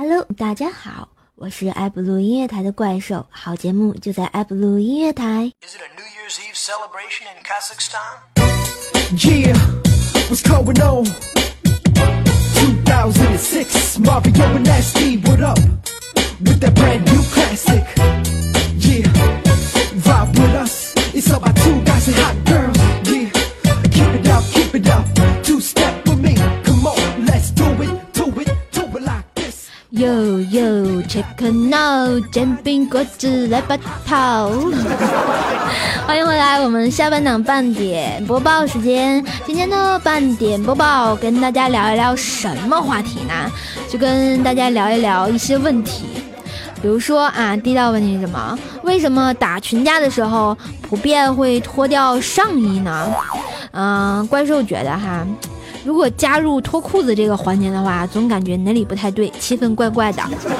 Hello， 大家好，我是爱布鲁音乐台的怪兽，好节目就在爱布鲁音乐台。 Is it a New Year's Eve celebration in Kazakhstan? Yeah, what's going on? 2006, Mario and Nasty, what up? With that brand new classic. Yeah, vibe with us. It's all about two guys and hot girls. Yeah, keep it up, two-step with me. Come on, let's do it like this. Yo check now， 煎饼果子来把套。欢迎回来，我们下半档半点播报时间。今天的半点播报跟大家聊一聊什么话题呢？就跟大家聊一聊一些问题。比如说啊，第一道问题是什么？为什么打群架的时候普遍会脱掉上衣呢？怪兽觉得哈，如果加入脱裤子这个环节的话，总感觉哪里不太对，气氛怪怪的。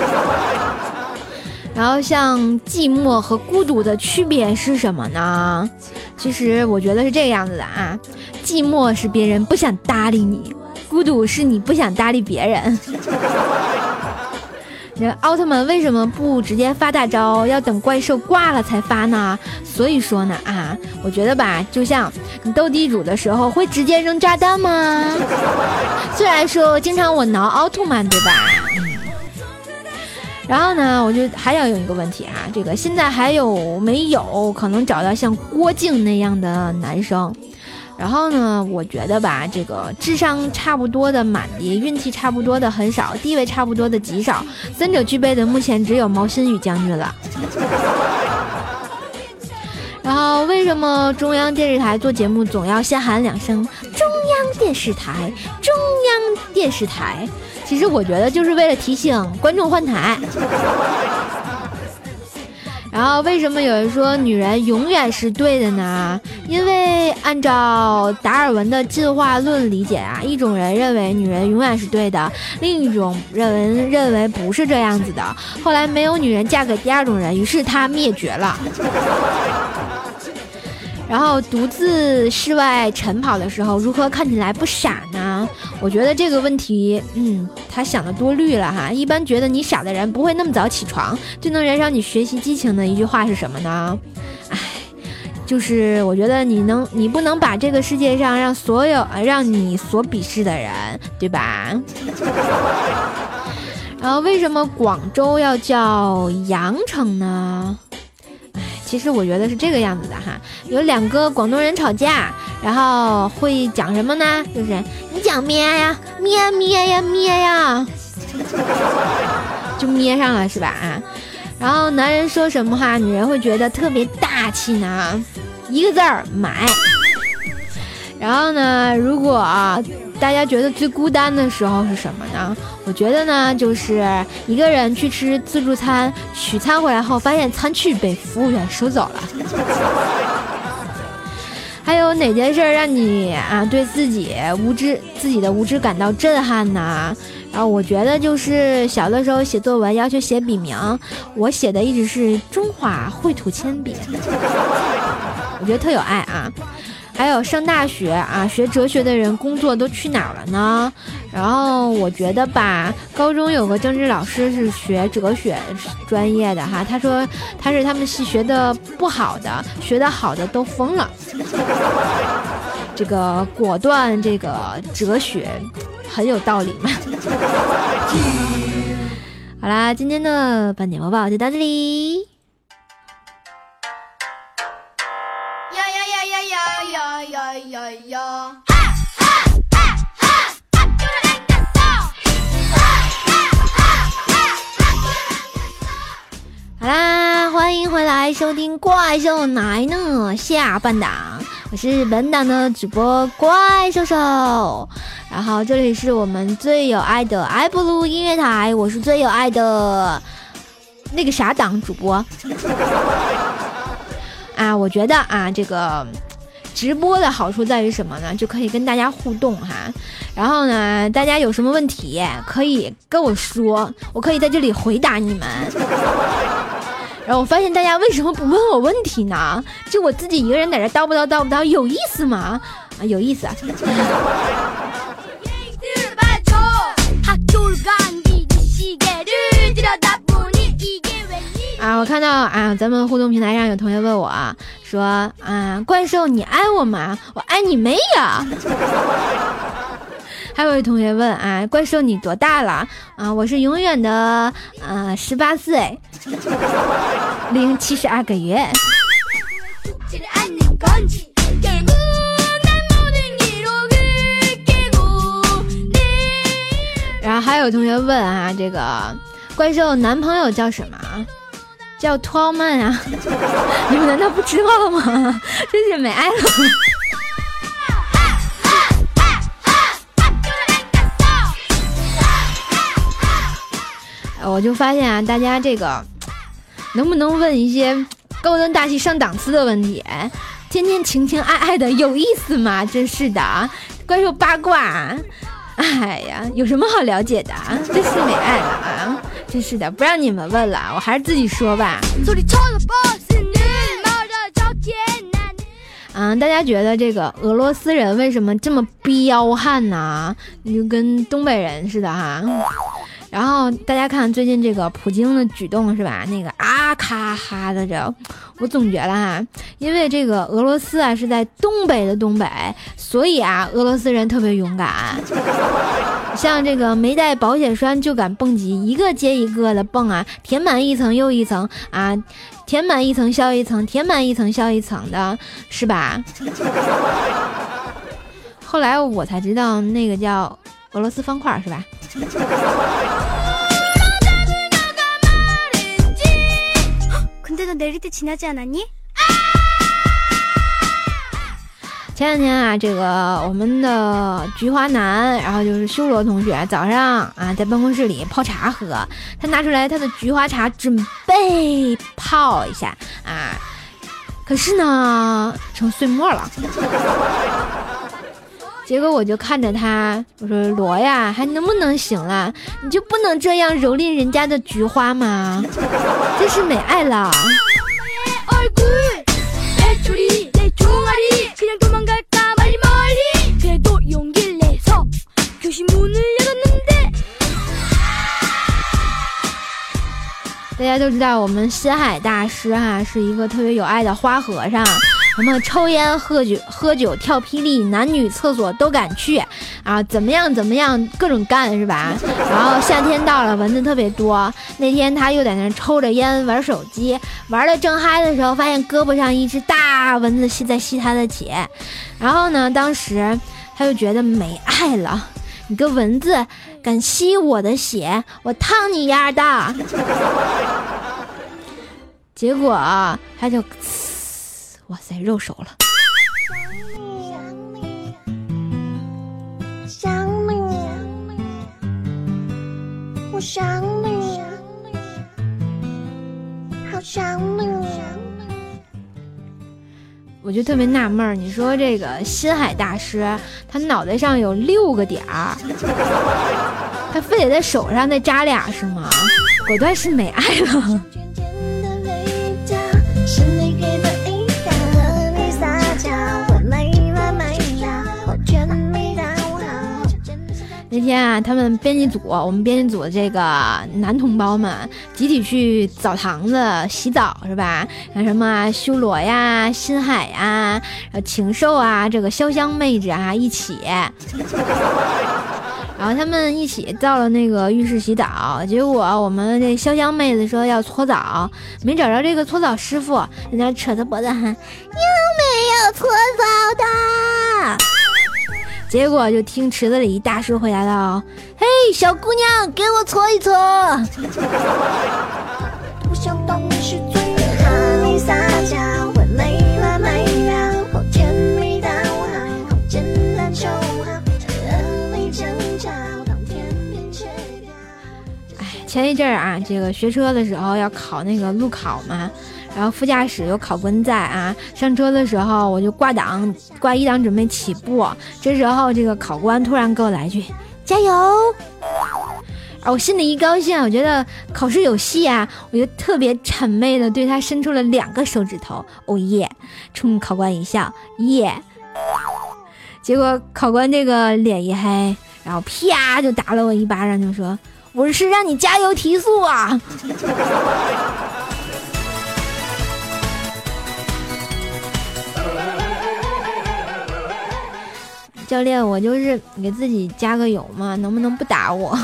然后像寂寞和孤独的区别是什么呢？其实我觉得是这个样子的啊，寂寞是别人不想搭理你，孤独是你不想搭理别人。这奥特曼为什么不直接发大招，要等怪兽挂了才发呢？所以说呢啊，我觉得吧，就像你斗地主的时候会直接扔炸弹吗？虽然说经常我挠奥特曼，对吧？然后呢，我就还要有一个问题啊，这个现在还有没有可能找到像郭靖那样的男生？然后呢，我觉得吧，这个智商差不多的满地，运气差不多的很少，地位差不多的极少，三者具备的目前只有毛新宇将军了。然后为什么中央电视台做节目总要先喊两声中央电视台，中央电视台？其实我觉得就是为了提醒观众换台。然后为什么有人说女人永远是对的呢？因为按照达尔文的进化论理解啊，一种人认为女人永远是对的，另一种人认为不是这样子的。后来没有女人嫁给第二种人，于是她灭绝了。然后独自室外晨跑的时候，如何看起来不傻呢？我觉得这个问题，他想的多虑了哈。一般觉得你傻的人不会那么早起床。最能燃烧你学习激情的一句话是什么呢？就是我觉得你不能把这个世界上让你所鄙视的人，对吧？然后为什么广州要叫羊城呢？其实我觉得是这个样子的哈，有两个广东人吵架，然后会讲什么呢？就是你讲咩呀，咩呀，就咩上了是吧？然后男人说什么话，女人会觉得特别大气呢？一个字儿买。然后呢，如果大家觉得最孤单的时候是什么呢？我觉得呢，就是一个人去吃自助餐，取餐回来后发现餐具被服务员收走了。还有哪件事让你对自己的无知感到震撼呢？然后我觉得就是小的时候写作文要求写笔名，我写的一直是中华绘图铅笔，我觉得特有爱啊。还有上大学学哲学的人工作都去哪儿了呢？然后我觉得吧，高中有个政治老师是学哲学专业的哈，他说他是他们系学的不好的，学的好的都疯了。这个果断，这个哲学很有道理嘛。好啦，今天的半点播报就到这里。好啦，欢迎回来收听怪兽来呢下半档，我是本档的主播怪兽兽，然后这里是我们最有爱的爱布鲁音乐台，我是最有爱的那个啥档主播我觉得这个直播的好处在于什么呢？就可以跟大家互动哈。然后呢，大家有什么问题可以跟我说，我可以在这里回答你们。然后我发现大家为什么不问我问题呢？就我自己一个人在这叨不叨，有意思吗？有意思啊。 我看到啊，咱们互动平台上有同学问我说啊，怪兽你爱我吗？我爱你妹呀！还有一位同学问啊，怪兽你多大了？啊，我是永远的18岁零72个月。然后还有同学问啊，这个怪兽男朋友叫什么？叫托奥曼啊！你们难道不知道吗？真是没爱了。我就发现啊，大家这个能不能问一些高端大气上档次的问题？天天情情爱爱的有意思吗？真是的，怪兽八卦。哎呀，有什么好了解的？真是没爱了啊！真是的，不让你们问了，我还是自己说吧。大家觉得这个俄罗斯人为什么这么彪悍呢？就跟东北人似的哈。然后大家看最近这个普京的举动是吧？那个咔哈的我总觉得因为这个俄罗斯是在东北的东北，所以俄罗斯人特别勇敢。像这个没带保险栓就敢蹦极，一个接一个的蹦填满一层又一层填满一层消一层，填满一层消一层的，是吧？后来我才知道那个叫俄罗斯方块，是吧？前两天这个我们的菊花男，然后就是修罗同学，早上在办公室里泡茶喝，他拿出来他的菊花茶准备泡一下可是呢成碎沫了。结果我就看着他，我说罗呀，还能不能行了？你就不能这样蹂躏人家的菊花吗？真是没爱了。大家都知道我们心海大师是一个特别有爱的花和尚，什么抽烟喝酒跳霹雳，男女厕所都敢去怎么样各种干是吧？然后夏天到了，蚊子特别多，那天他又在那抽着烟玩手机，玩的正嗨的时候，发现胳膊上一只大蚊子在吸他的血，然后呢当时他就觉得没爱了，你个蚊子敢吸我的血，我烫你丫的。结果他就哇塞肉熟了。想你我想你好想你。我就特别纳闷儿，你说这个心海大师他脑袋上有6个点儿，他非得在手上再扎俩是吗？果断是没爱了。那天他们编辑组，我们编辑组的这个男同胞们集体去澡堂子洗澡是吧？像什么修罗呀、心海呀、禽兽这个潇湘妹子一起，然后他们一起到了那个浴室洗澡，结果我们这潇湘妹子说要搓澡，没找着这个搓澡师傅，人家扯着脖子喊有没有搓澡的。结果就听池子里一大叔回答道：嘿，小姑娘，给我搓一搓。不想当你是最好你撒娇会没完没了，好甜蜜到好简单就好，你争吵当天边切掉。前一阵儿这个学车的时候要考那个路考嘛，然后副驾驶有考官在上车的时候我就挂一档准备起步，这时候这个考官突然给我来句加油，我心里一高兴，我觉得考试有戏我就特别谄媚的对他伸出了2个手指头，哦耶，冲考官一笑，耶。结果考官这个脸一黑，然后啪就打了我一巴掌，就说我是让你加油提速教练，我就是给自己加个油嘛，能不能不打我？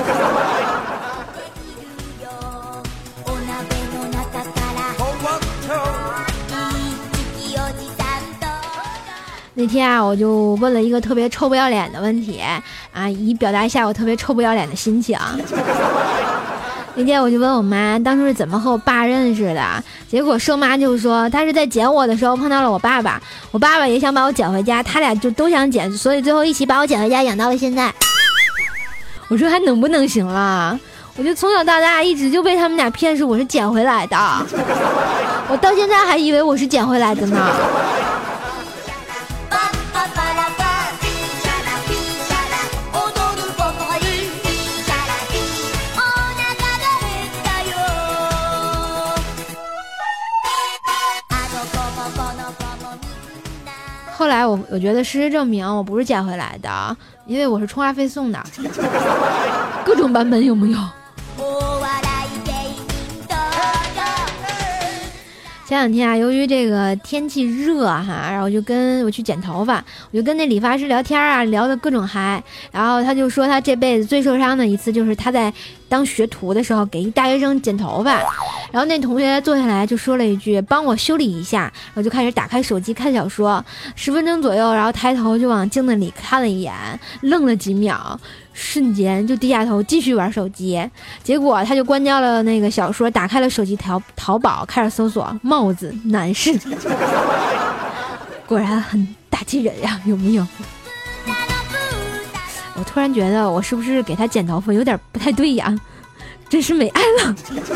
那天啊，我就问了一个特别臭不要脸的问题啊，以表达一下我特别臭不要脸的心情。那天我就问我妈，当初是怎么和我爸认识的？结果瘦妈就说，她是在捡我的时候碰到了我爸爸，我爸爸也想把我捡回家，他俩就都想捡，所以最后一起把我捡回家，养到了现在。我说还能不能行了？我就从小到大一直就被他们俩骗，说我是捡回来的，我到现在还以为我是捡回来的呢。后来我觉得事实证明我不是捡回来的，因为我是充话费送的，各种版本有没有？前两天啊，由于这个天气热哈，然后我去剪头发，我就跟那理发师聊天啊，聊得各种嗨。然后他就说他这辈子最受伤的一次就是他在当学徒的时候给一大学生剪头发，然后那同学坐下来就说了一句帮我修理一下，然后就开始打开手机看小说，10分钟左右，然后抬头就往镜子里看了一眼，愣了几秒，瞬间就低下头继续玩手机，结果他就关掉了那个小说，打开了手机淘宝，开始搜索帽子男士，果然很打击人呀，有没有？我突然觉得我是不是给他剪头发有点不太对呀，真是没爱了。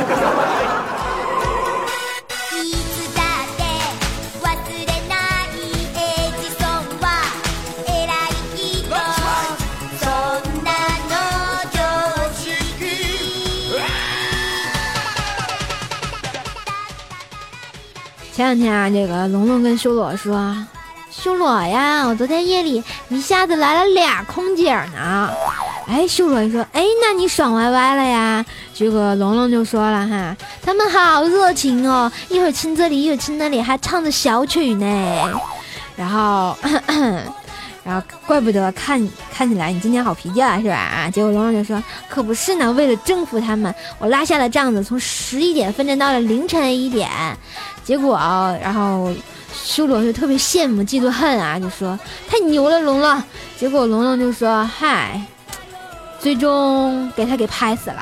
前两天啊，这个龙龙跟修罗说，修罗呀，我昨天夜里一下子来了俩空姐呢。哎，修罗说，哎，那你爽歪歪了呀？结果龙龙就说了哈，他们好热情哦，一会儿亲这里，一会儿亲那里，还唱着小曲呢。然后怪不得看起来你今天好疲倦啊，是吧？结果龙龙就说，可不是呢，为了征服他们，我拉下了帐子，从11点奋战到了凌晨1点。结果然后修罗就特别羡慕嫉妒恨啊，就说太牛了龙龙。结果龙龙就说，嗨，最终给他给拍死了。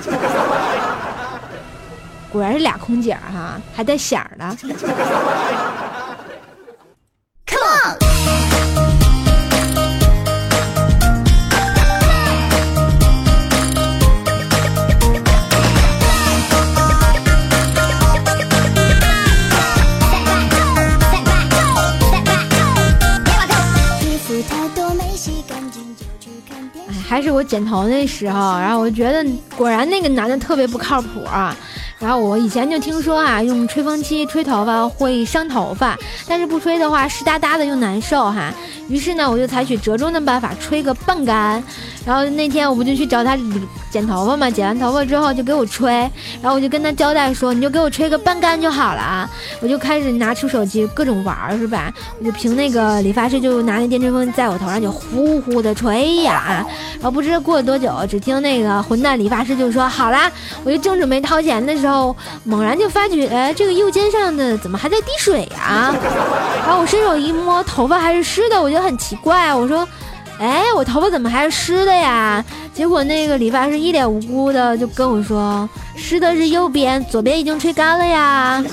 果然是俩空姐哈，还带响的。Come on！还是我剪头那时候，然后我觉得果然那个男的特别不靠谱啊。然后我以前就听说啊，用吹风机吹头发会伤头发，但是不吹的话湿哒哒的又难受哈。于是呢，我就采取折中的办法，吹个半干。然后那天我不就去找他剪头发嘛，剪完头发之后就给我吹，然后我就跟他交代说，你就给我吹个半干就好了啊。我就开始拿出手机各种玩是吧？我就凭那个理发师就拿那电吹风在我头上就呼呼的吹呀。然后不知道过了多久，只听那个混蛋理发师就说好啦，我就正准备掏钱的时候，猛然就发觉这个右肩上的怎么还在滴水呀？然后我伸手一摸，头发还是湿的，我觉得很奇怪，我说哎，我头发怎么还是湿的呀？结果那个理发师一脸无辜的就跟我说，湿的是右边，左边已经吹干了呀。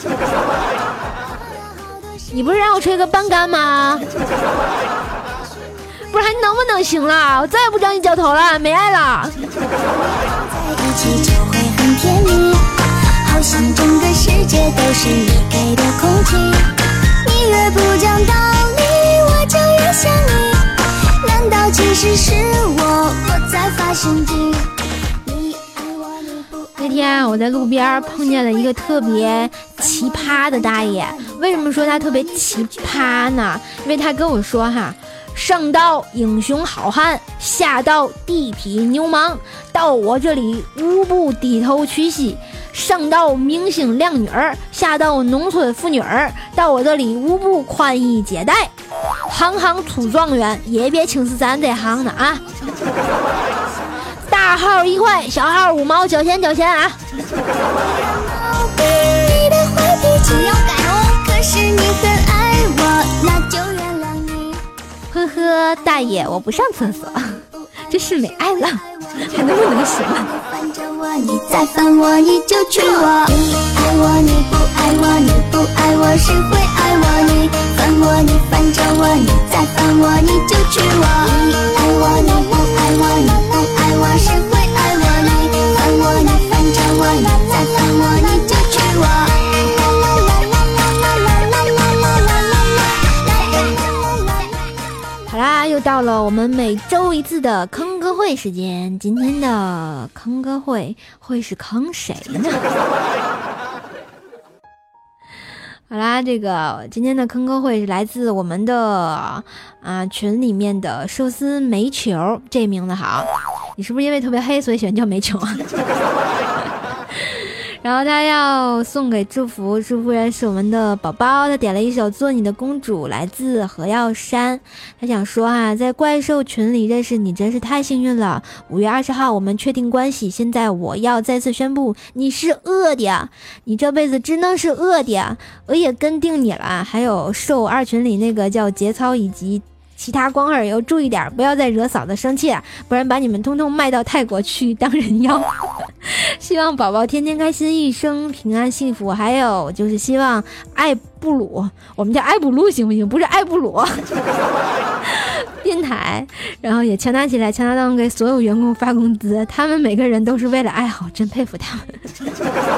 你不是让我吹个半干吗？不是还能不能行了？我再也不找你绞头了，没爱了。在一起就会很甜蜜，好像整个世界都是你给的空气。你越不讲道理，我就越想你。难道其实是我在发神经？那天我在路边碰见了一个特别奇葩的大爷。为什么说他特别奇葩呢？因为他跟我说哈，上到英雄好汉，下到地痞流氓，到我这里无不低头屈膝；上到明星靓女儿，下到农村妇女儿，到我这里无不宽衣解带。 行行出状元，也别轻视咱这行的啊。大号1块，小号5毛，交钱啊。 你的坏脾气要改哦，可是你很爱我，那就原谅你。 呵呵，大爷，我不上厕所，这是没爱了，还能不能行了？ 烦着我，你再烦我，你就娶我。你爱我，你不爱我，你不爱我，谁会爱我？你烦我，你烦着我，你再烦我，你就娶我。你爱我，你不爱我，你不爱我，谁会爱我？你烦我，你烦着我，你再烦我，你就娶我。 好啦，又到了我们每周一次的坑歌会时间。今天的坑歌会是坑谁呢？好啦，这个今天的坑歌会是来自我们的群里面的寿司煤球，这名字好。你是不是因为特别黑所以喜欢叫煤球啊？然后他要送给祝福人是我们的宝宝，他点了一首《做你的公主》，来自何耀珊。他想说在怪兽群里认识你真是太幸运了。5月20号我们确定关系，现在我要再次宣布，你是恶的，你这辈子只能是恶的，我也跟定你了。还有兽2群里那个叫节操以及其他光儿要注意点，不要再惹嫂子生气了，不然把你们通通卖到泰国去当人妖。希望宝宝天天开心，一生平安幸福。还有就是希望爱布鲁，我们叫爱布鲁行不行？不是爱布鲁电台，然后也强大起来，强大到给所有员工发工资，他们每个人都是为了爱好，真佩服他们。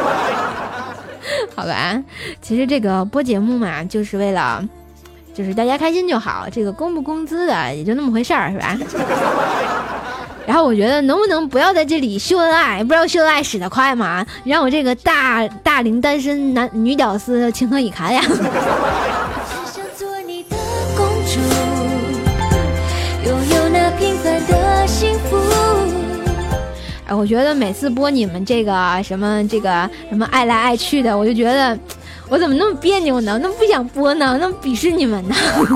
好吧，其实这个播节目嘛，就是为了就是大家开心就好，这个公不工资的也就那么回事儿，是吧？然后我觉得能不能不要在这里秀恩爱，不知道秀恩爱使得快吗？让我这个大龄单身女屌丝情何以堪呀？ 想做你的公主，拥有那平凡的幸福。 我觉得每次播你们这个什么爱来爱去的，我就觉得我怎么那么别扭呢？那么不想播呢？那么鄙视你们呢？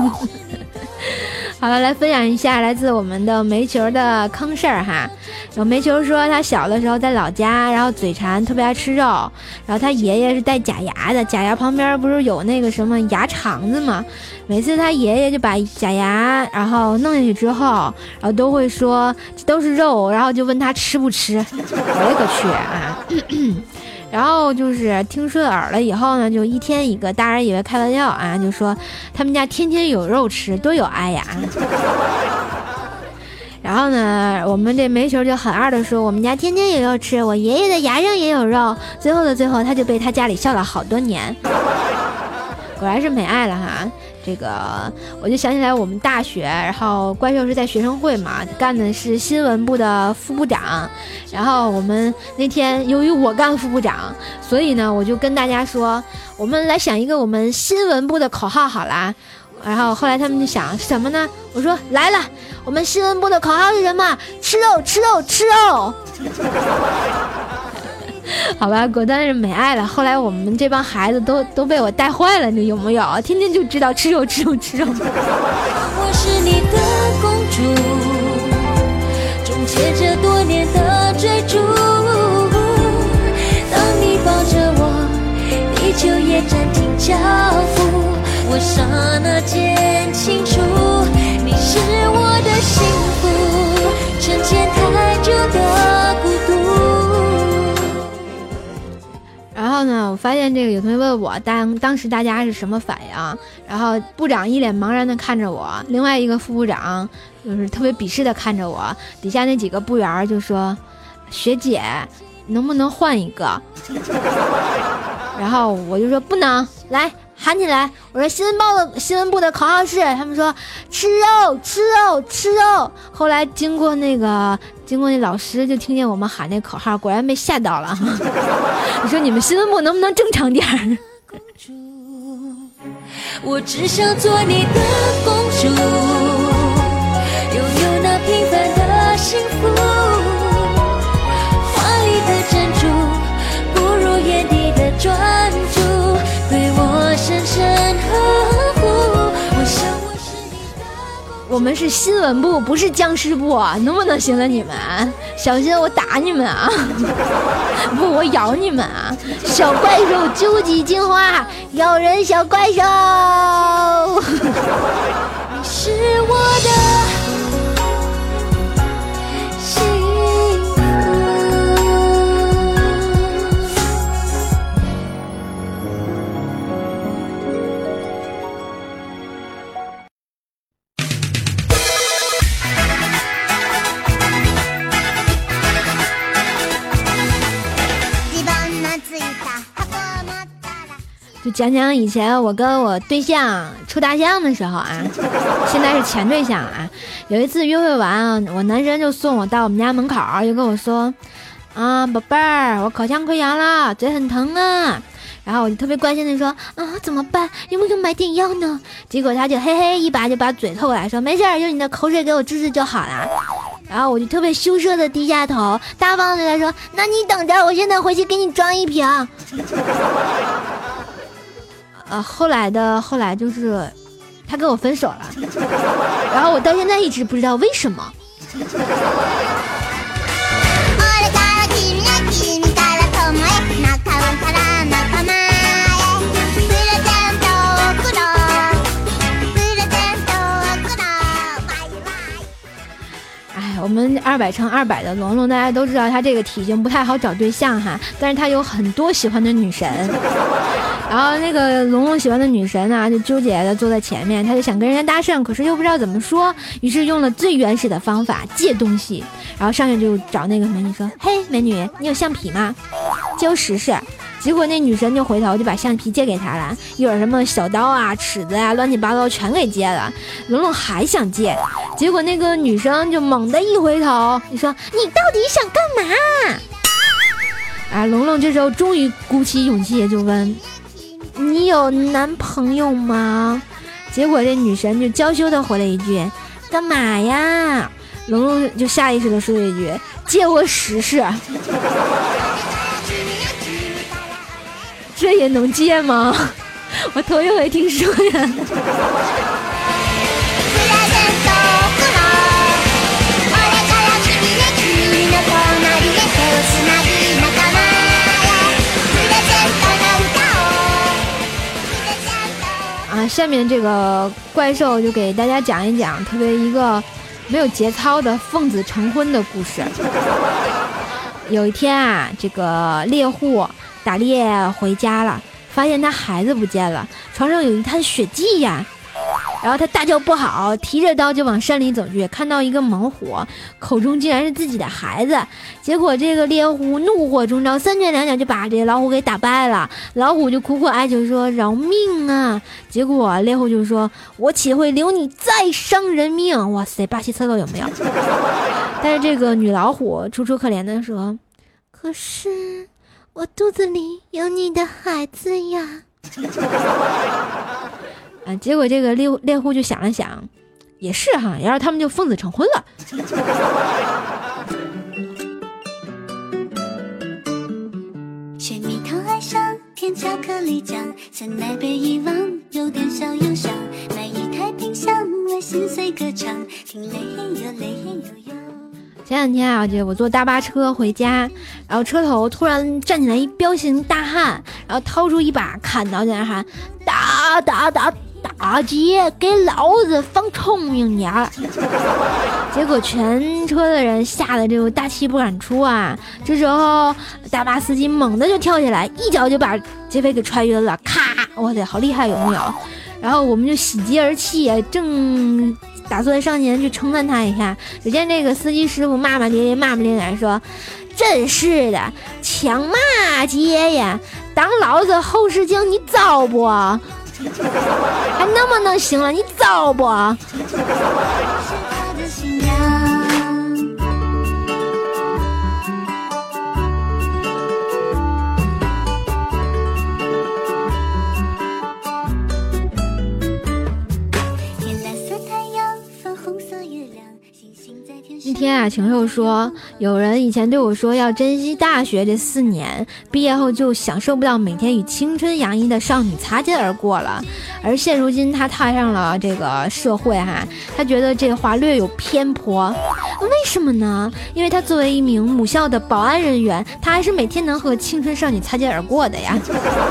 好了，来分享一下来自我们的煤球的坑事儿哈。有煤球说他小的时候在老家，然后嘴馋，特别爱吃肉，然后他爷爷是戴假牙的，假牙旁边不是有那个什么牙肠子吗？每次他爷爷就把假牙然后弄下去之后，然后都会说这都是肉，然后就问他吃不吃。我勒个去啊！然后就是听顺耳了以后呢，就一天一个，大人以为开玩笑啊，就说他们家天天有肉吃，多有爱呀。然后呢，我们这煤球就很二的说，我们家天天有肉吃，我爷爷的牙上也有肉。最后的最后，他就被他家里笑了好多年。果然是没爱了哈。这个我就想起来我们大学，然后怪兽是在学生会嘛，干的是新闻部的副部长。然后我们那天由于我干副部长，所以呢我就跟大家说，我们来想一个我们新闻部的口号好啦。然后后来他们就想什么呢？我说来了，我们新闻部的口号是什么？吃肉吃肉吃肉。好吧，果断是没爱了。后来我们这帮孩子都被我带坏了，你有没有？天天就知道吃肉吃肉吃肉。 我是你的公主，终结这多年的追逐。当你抱着我，地球也暂停脚步。我刹那间清楚，你是我的幸福，成千太久的孤独。 然后呢，我发现这个有同学问我当时大家是什么反应，然后部长一脸茫然的看着我，另外一个副部长就是特别鄙视的看着我，底下那几个部员就说学姐能不能换一个。然后我就说不能，来喊起来，我说新闻部的口号是，他们说吃肉吃肉吃肉。后来经过那老师就听见我们喊那口号，果然被吓到了。你说你们新闻部能不能正常点儿？ 我只想做你的公主，拥有那平凡的幸福。华丽的珍珠不如眼底的专注，对我深深呵护。我想我是你的我们是新闻部，不是僵尸部，能不能行了你们？小心我打你们啊！不，我咬你们啊！小怪兽究极进化，咬人小怪兽。你是我的就讲讲以前我跟我对象处大象的时候啊，现在是前对象啊。有一次约会完，我男神就送我到我们家门口，就跟我说啊，宝贝儿，我口腔溃疡了，嘴很疼啊。然后我就特别关心的说啊，怎么办？有没有买点药呢？结果他就嘿嘿一把就把嘴凑过来说，没事，用你的口水给我治治就好了。然后我就特别羞涩的低下头，大方的对他说，那你等着，我现在回去给你装一瓶。后来就是他跟我分手了，然后我到现在一直不知道为什么。我们200×200的龙龙，大家都知道他这个体型不太好找对象哈，但是他有很多喜欢的女神。然后那个龙龙喜欢的女神呢，就纠结的坐在前面，他就想跟人家搭讪，可是又不知道怎么说，于是用了最原始的方法，借东西。然后上去就找那个美女说，嘿，美女，你有橡皮吗？借我试试。结果那女神就回头就把橡皮借给他了，一会儿什么小刀啊、尺子啊、乱七八糟全给借了。龙龙还想借，结果那个女生就猛地一回头，你说你到底想干嘛？啊，龙龙这时候终于鼓起勇气就问，你有男朋友吗？结果这女神就娇羞的回了一句，干嘛呀？龙龙就下意识的说了一句，借我试试。这也能借吗？我头一回听说呀。下面这个怪兽就给大家讲一讲特别一个没有节操的奉子成婚的故事。有一天啊，这个猎户打猎回家了，发现他孩子不见了，床上有一滩血迹呀。然后他大叫不好，提着刀就往山里走去，看到一个猛虎，口中竟然是自己的孩子。结果这个猎户怒火中烧，三拳两脚就把这老虎给打败了。老虎就苦苦哀求说，饶命啊！结果猎户就说，我岂会留你再伤人命。哇塞，巴西特洛有没有？但是这个女老虎楚楚可怜的说，可是我肚子里有你的孩子呀。结果这个猎户就想了想，也是哈，然后他们就奉子成婚了。 水蜜桃爱上甜巧克力酱，酸奶被遗忘，有点小忧伤。买一台冰箱为心碎歌唱，听泪又泪又有。 前两天啊，我坐大巴车回家，然后车头突然站起来一彪形大汉，然后掏出一把砍刀在那喊，打劫，给老子放聪明点儿。结果全车的人吓得这个大气不敢出啊。这时候大巴司机猛地就跳起来，一脚就把劫匪给踹晕了，咔！哇塞，好厉害，有没有？然后我们就喜极而泣，正打算上前去称赞他一下，只见这个司机师傅骂骂咧咧说，真是的，抢骂街呀，当老子后视镜你糟不？还能不能行了？你糟不？那天啊， 马禽兽说，有人以前对我说要珍惜大学这4年，毕业后就享受不到每天与青春洋溢的少女擦肩而过了。而现如今他踏上了这个社会他觉得这话略有偏颇。为什么呢？因为他作为一名母校的保安人员，他还是每天能和青春少女擦肩而过的呀。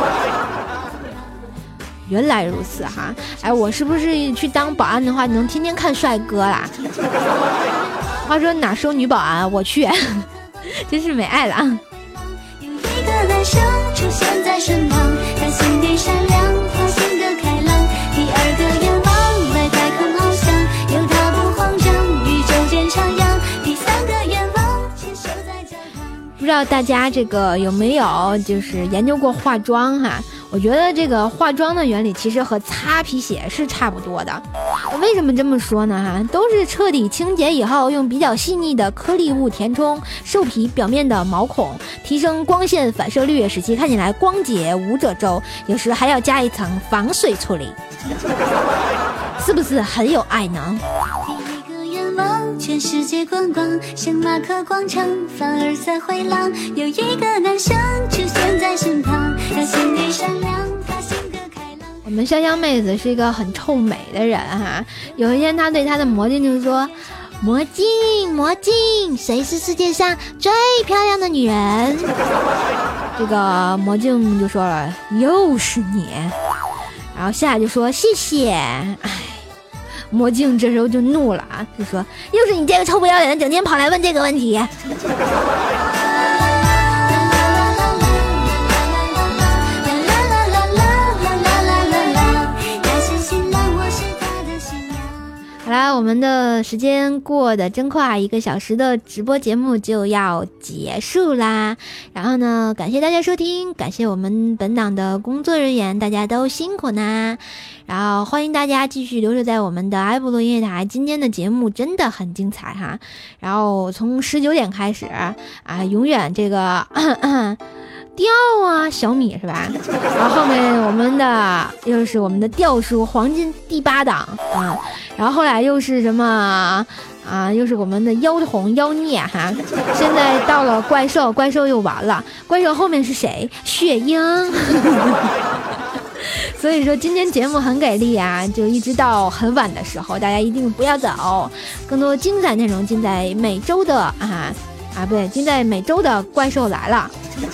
原来如此我是不是去当保安的话能天天看帅哥啦？话说哪收女保安，我去。真是没爱了。 有一个男生出现在身旁，他心地善良，他性格开朗。第二个愿望来太空翱翔，有他不慌张，宇宙间徜徉。第三个愿望牵手在脚旁。 不知道大家这个有没有就是研究过化妆我觉得这个化妆的原理其实和擦皮鞋是差不多的。为什么这么说呢都是彻底清洁以后，用比较细腻的颗粒物填充兽皮表面的毛孔，提升光线反射率，使其看起来光洁无褶皱，有时还要加一层防水处理。是不是很有爱呢？ 全世界观光，像马克广场，凡尔赛回廊。有一个男生出现在身旁，他心地善良，他性格开朗。 我们香香妹子是一个很臭美的人有一天她对她的魔镜就说，魔镜魔镜，谁是世界上最漂亮的女人？这个魔镜就说了，又是你。然后夏夏就说谢谢。魔镜这时候就怒了就说，又是你这个臭不要脸的，整天跑来问这个问题。好啦，我们的时间过得真快，1个小时的直播节目就要结束啦。然后呢，感谢大家收听，感谢我们本档的工作人员，大家都辛苦呢。然后欢迎大家继续留守在我们的埃布洛音乐台，今天的节目真的很精彩然后从19点开始永远这个调小米是吧？然后后面我们的又是我们的调叔黄金第8档然后后来又是什么又是我们的妖童妖孽现在到了怪兽，怪兽又完了，怪兽后面是谁？雪鹰。所以说今天节目很给力就一直到很晚的时候，大家一定不要走，更多精彩内容尽在每周的不对，尽在每周的怪兽来了。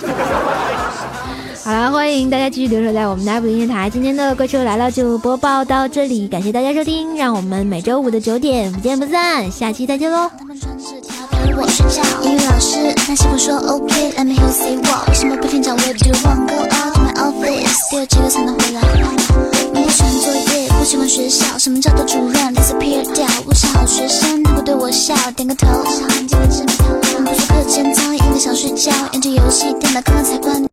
好了，欢迎大家继续留守在我们的爱普音乐台，今天的怪兽来了就播报到这里，感谢大家收听，让我们每周5的9点不见不散，下期再见喽。他们穿纸条陪我睡觉，英语老师他媳妇说 OK let me hear you say what， 为什么不听讲 Where do you want go out to my office， 第2节课才能回来。你不喜欢作业，不喜欢学校，什么叫做主任 disappear 掉，我是好学生，他会对我笑，点个头，小安静的纸条，不说课间操，1个小睡觉，研究游戏，电脑刚刚才关。